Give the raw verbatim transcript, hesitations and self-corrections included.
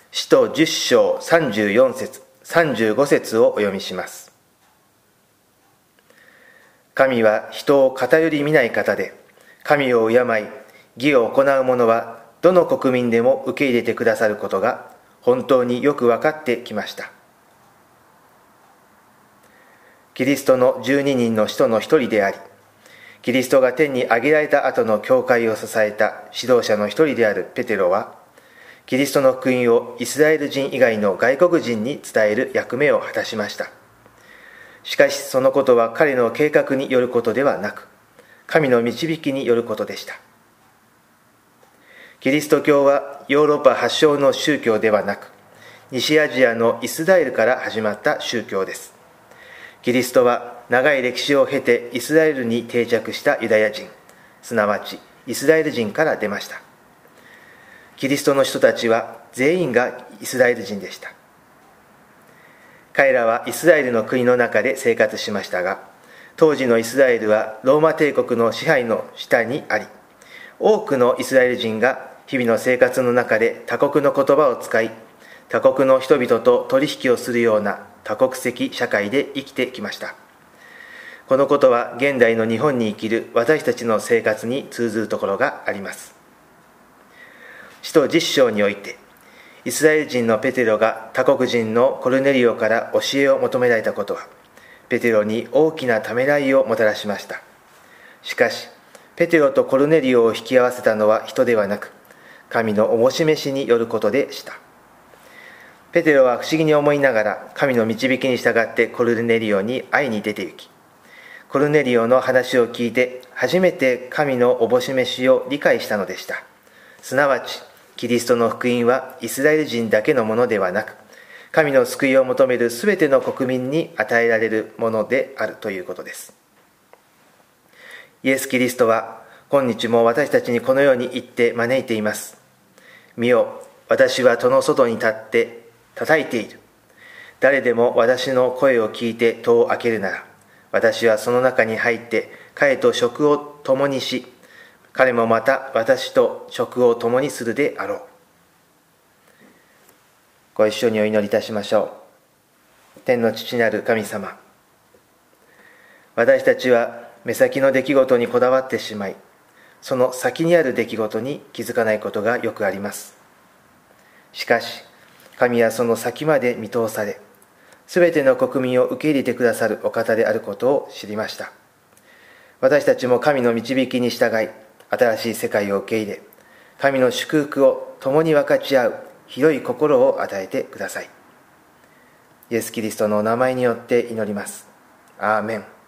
使徒じゅっ章さんじゅうよん節さんじゅうご節をお読みします。神は人を偏り見ない方で、神を敬い義を行う者はどの国民でも受け入れてくださることが本当によく分かってきました。キリストのじゅうににんの使徒の一人であり、キリストが天に上げられた後の教会を支えた指導者の一人であるペテロは、キリストの福音をイスラエル人以外の外国人に伝える役目を果たしました。しかしそのことは彼の計画によることではなく、神の導きによることでした。キリスト教はヨーロッパ発祥の宗教ではなく、西アジアのイスラエルから始まった宗教です。キリストは長い歴史を経てイスラエルに定着したユダヤ人、すなわちイスラエル人から出ました。キリストの人たちは全員がイスラエル人でした。彼らはイスラエルの国の中で生活しましたが、当時のイスラエルはローマ帝国の支配の下にあり、多くのイスラエル人が日々の生活の中で他国の言葉を使い、他国の人々と取引をするような多国籍社会で生きてきました。このことは現代の日本に生きる私たちの生活に通ずるところがあります。使徒じゅっ章において、イスラエル人のペテロが他国人のコルネリオから教えを求められたことは、ペテロに大きなためらいをもたらしました。しかし、ペテロとコルネリオを引き合わせたのは人ではなく、神のお示しによることでした。ペテロは不思議に思いながら、神の導きに従ってコルネリオに会いに出て行き、コルネリオの話を聞いて、初めて神のお示しを理解したのでした。すなわち、キリストの福音はイスラエル人だけのものではなく、神の救いを求めるすべての国民に与えられるものであるということです。イエス・キリストは今日も私たちにこのように言って招いています。見よ、私は戸の外に立って叩いている。誰でも私の声を聞いて戸を開けるなら、私はその中に入って彼と食を共にし、彼もまた私と食を共にするであろう。ご一緒にお祈りいたしましょう。天の父なる神様、私たちは目先の出来事にこだわってしまい、その先にある出来事に気づかないことがよくあります。しかし、神はその先まで見通され、すべての国民を受け入れてくださるお方であることを知りました。私たちも神の導きに従い、新しい世界を受け入れ、神の祝福を共に分かち合う広い心を与えてください。イエス・キリストのお名前によって祈ります。アーメン。